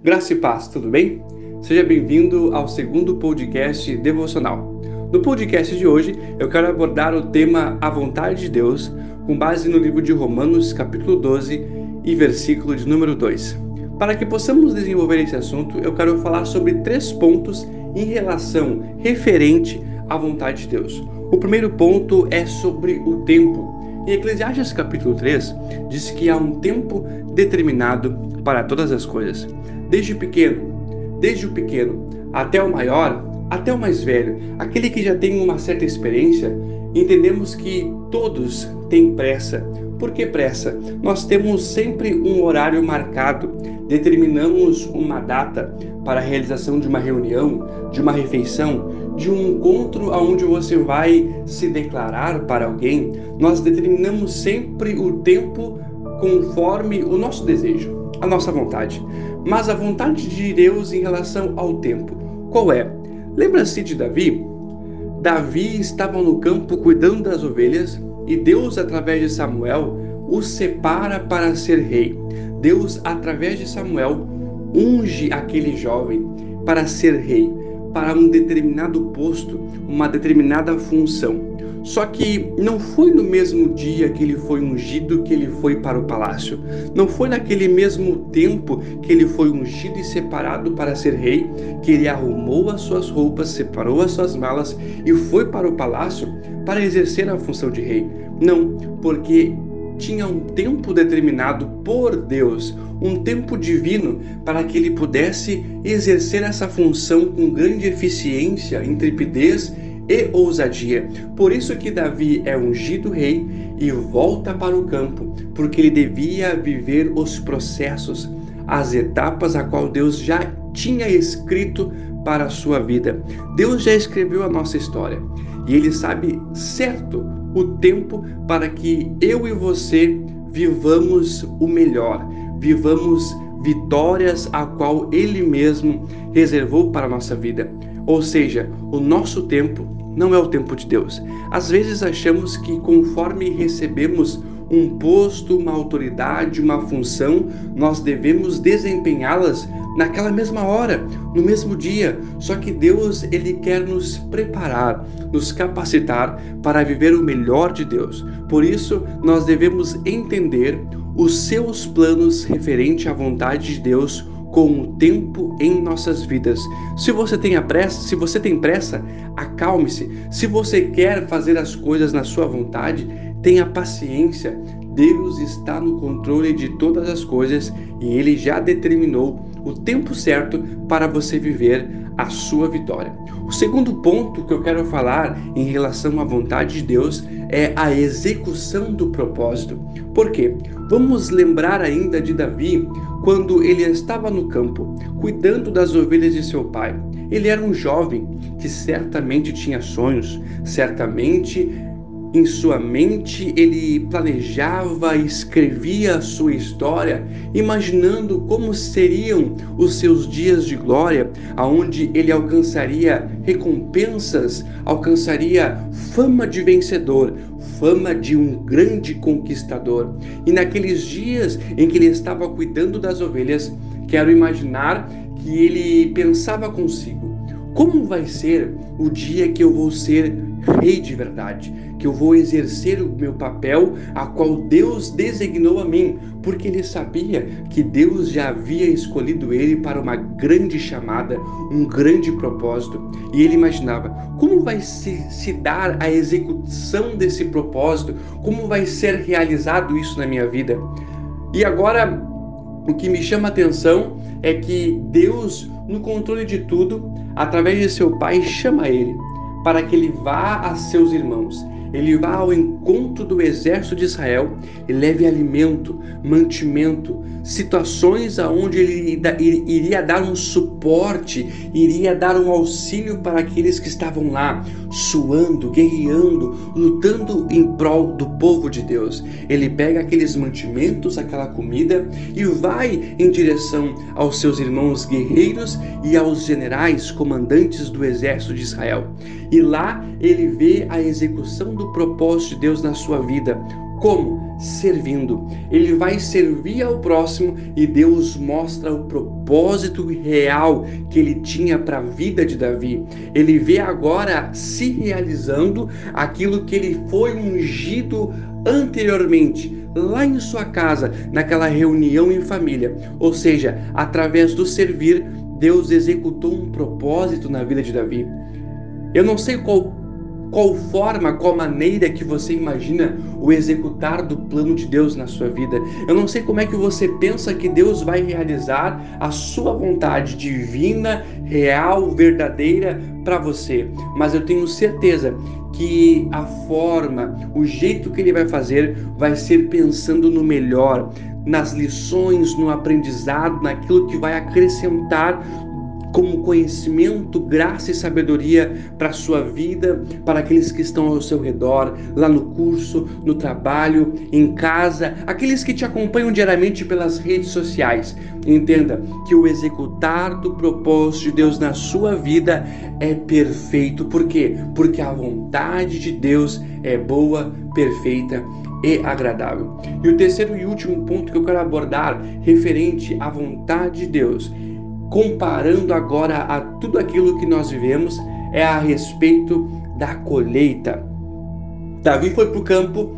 Graça e paz, tudo bem? Seja bem-vindo ao segundo podcast devocional. No podcast de hoje, eu quero abordar o tema A Vontade de Deus, com base no livro de Romanos, capítulo 12 e versículo de número 2. Para que possamos desenvolver esse assunto, eu quero falar sobre 3 pontos em relação referente à vontade de Deus. O primeiro ponto é sobre o tempo. Em Eclesiastes capítulo 3, diz que há um tempo determinado para todas as coisas. Desde o pequeno até o maior, até o mais velho, aquele que já tem uma certa experiência, entendemos que todos têm pressa. Por que pressa? Nós temos sempre um horário marcado, determinamos uma data para a realização de uma reunião, de uma refeição, de um encontro onde você vai se declarar para alguém. Nós determinamos sempre o tempo conforme o nosso desejo, a nossa vontade. Mas a vontade de Deus em relação ao tempo, qual é? Lembra-se de Davi? Davi estava no campo cuidando das ovelhas e Deus, através de Samuel, o separa para ser rei. Deus, através de Samuel, unge aquele jovem para ser rei, para um determinado posto, uma determinada função. Só que não foi no mesmo dia que ele foi ungido que ele foi para o palácio. Não foi naquele mesmo tempo que ele foi ungido e separado para ser rei, que ele arrumou as suas roupas, separou as suas malas e foi para o palácio para exercer a função de rei. Não, porque tinha um tempo determinado por Deus, um tempo divino para que ele pudesse exercer essa função com grande eficiência, intrepidez e ousadia. Por isso que Davi é ungido rei e volta para o campo, porque ele devia viver os processos, as etapas a qual Deus já tinha escrito para a sua vida. Deus já escreveu a nossa história e ele sabe certo o tempo para que eu e você vivamos o melhor, vivamos vitórias a qual ele mesmo reservou para a nossa vida. Ou seja, o nosso tempo não é o tempo de Deus. Às vezes achamos que conforme recebemos um posto, uma autoridade, uma função, nós devemos desempenhá-las naquela mesma hora, no mesmo dia. Só que Deus, ele quer nos preparar, nos capacitar para viver o melhor de Deus. Por isso, nós devemos entender os seus planos referente à vontade de Deus com o tempo em nossas vidas. Se você tem pressa, acalme-se. Se você quer fazer as coisas na sua vontade, tenha paciência. Deus está no controle de todas as coisas e Ele já determinou o tempo certo para você viver a sua vitória. O segundo ponto que eu quero falar em relação à vontade de Deus é a execução do propósito. Por quê? Vamos lembrar ainda de Davi, quando ele estava no campo, cuidando das ovelhas de seu pai. Ele era um jovem que certamente tinha sonhos, certamente em sua mente ele planejava e escrevia a sua história, imaginando como seriam os seus dias de glória, aonde ele alcançaria recompensas, alcançaria fama de vencedor, fama de um grande conquistador. E naqueles dias em que ele estava cuidando das ovelhas, quero imaginar que ele pensava consigo: como vai ser o dia que eu vou ser rei de verdade, que eu vou exercer o meu papel a qual Deus designou a mim, porque ele sabia que Deus já havia escolhido ele para uma grande chamada, um grande propósito, e ele imaginava como vai se dar a execução desse propósito, como vai ser realizado isso na minha vida. E agora, o que me chama a atenção é que Deus, no controle de tudo, através de seu pai, chama ele para que ele vá a seus irmãos. Ele vá ao encontro do exército de Israel e leve alimento, mantimento, situações aonde ele iria dar um suporte, iria dar um auxílio para aqueles que estavam lá, suando, guerreando, lutando em prol do povo de Deus. Ele pega aqueles mantimentos, aquela comida e vai em direção aos seus irmãos guerreiros e aos generais, comandantes do exército de Israel. E lá ele vê a execução do propósito de Deus na sua vida. Como? servindo. Ele vai servir ao próximo e Deus mostra o propósito real que ele tinha para a vida de Davi. Ele vê agora se realizando aquilo que ele foi ungido anteriormente, lá em sua casa, naquela reunião em família. Ou seja, através do servir, Deus executou um propósito na vida de Davi. Eu não sei qual forma, qual maneira que você imagina o executar do plano de Deus na sua vida. Eu não sei como é que você pensa que Deus vai realizar a sua vontade divina, real, verdadeira para você. Mas eu tenho certeza que a forma, o jeito que Ele vai fazer vai ser pensando no melhor, nas lições, no aprendizado, naquilo que vai acrescentar como conhecimento, graça e sabedoria para a sua vida, para aqueles que estão ao seu redor, lá no curso, no trabalho, em casa, aqueles que te acompanham diariamente pelas redes sociais. Entenda que o executar do propósito de Deus na sua vida é perfeito. Por quê? Porque a vontade de Deus é boa, perfeita e agradável. E o terceiro e último ponto que eu quero abordar, referente à vontade de Deus, comparando agora a tudo aquilo que nós vivemos, é a respeito da colheita. Davi foi para o campo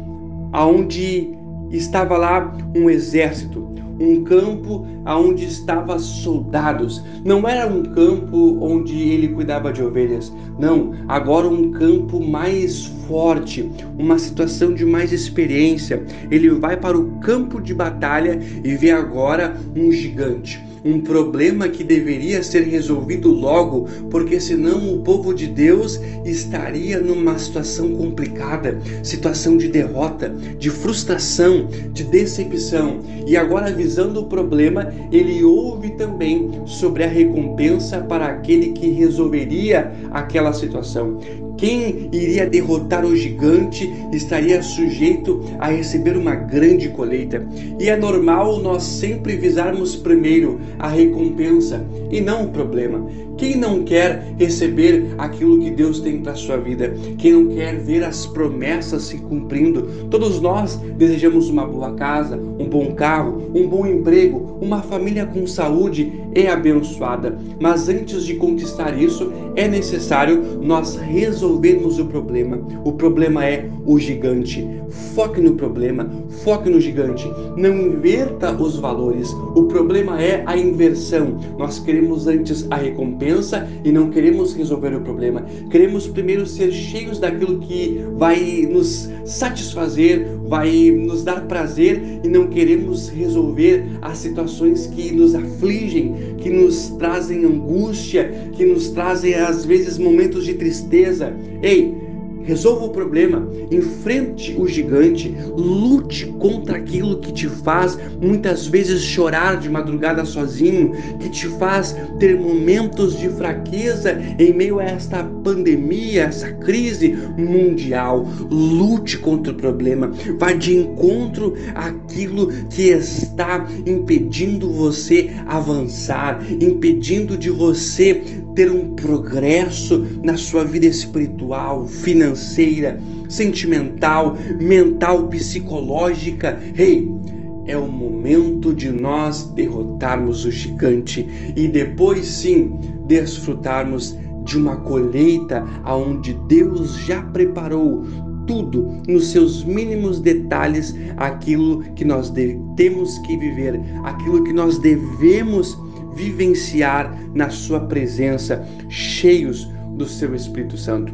onde estava lá um exército, um campo onde estavam soldados. Não era um campo onde ele cuidava de ovelhas, não, agora um campo mais forte, uma situação de mais experiência. Ele vai para o campo de batalha e vê agora um gigante. Um problema que deveria ser resolvido logo, porque senão o povo de Deus estaria numa situação complicada, situação de derrota, de frustração, de decepção. E agora, visando o problema, ele ouve também sobre a recompensa para aquele que resolveria aquela situação. Quem iria derrotar o gigante estaria sujeito a receber uma grande colheita. E é normal nós sempre visarmos primeiro a recompensa e não o problema. Quem não quer receber aquilo que Deus tem para a sua vida? Quem não quer ver as promessas se cumprindo? Todos nós desejamos uma boa casa, um bom carro, um bom emprego, uma família com saúde e abençoada. Mas antes de conquistar isso, é necessário nós resolvermos o problema. O problema é o gigante. Foque no problema, foque no gigante. Não inverta os valores. O problema é a inversão. Nós queremos antes a recompensa e não queremos resolver o problema. Queremos primeiro ser cheios daquilo que vai nos satisfazer, vai nos dar prazer, e não queremos resolver as situações que nos afligem, que nos trazem angústia, que nos trazem às vezes momentos de tristeza. Ei, resolva o problema, enfrente o gigante, lute contra aquilo que te faz muitas vezes chorar de madrugada sozinho, que te faz ter momentos de fraqueza em meio a esta pandemia, essa crise mundial. Lute contra o problema, vá de encontro àquilo que está impedindo você avançar, impedindo de você ter um progresso na sua vida espiritual, financeira, sentimental, mental, psicológica. Ei, é o momento de nós derrotarmos o gigante e depois sim desfrutarmos de uma colheita aonde Deus já preparou tudo nos seus mínimos detalhes, aquilo que nós temos que viver, aquilo que nós devemos vivenciar na sua presença, cheios do seu Espírito Santo.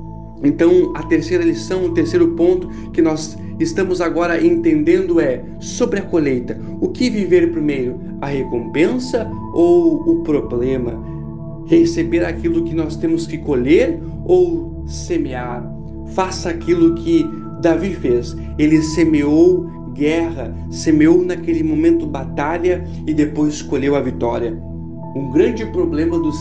Então, a terceira lição, o terceiro ponto que nós estamos agora entendendo é sobre a colheita. O que viver primeiro? A recompensa ou o problema? Receber aquilo que nós temos que colher ou semear? Faça aquilo que Davi fez. Ele semeou guerra, semeou naquele momento batalha e depois colheu a vitória. Um grande problema dos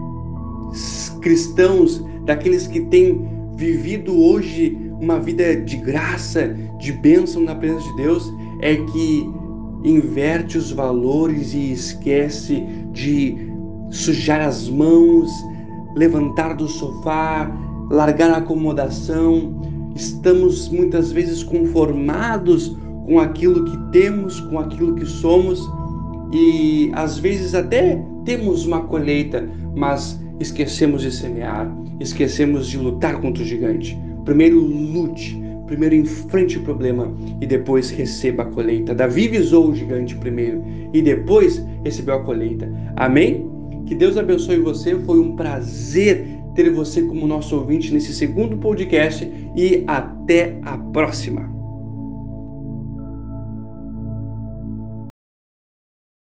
cristãos, daqueles que têm vivido hoje uma vida de graça, de bênção na presença de Deus, é que inverte os valores e esquece de sujar as mãos, levantar do sofá, largar a acomodação. Estamos muitas vezes conformados com aquilo que temos, com aquilo que somos, e às vezes até temos uma colheita, mas esquecemos de semear, esquecemos de lutar contra o gigante. Primeiro lute, primeiro enfrente o problema e depois receba a colheita. Davi visou o gigante primeiro e depois recebeu a colheita. Amém? Que Deus abençoe você. Foi um prazer ter você como nosso ouvinte nesse segundo podcast e até a próxima.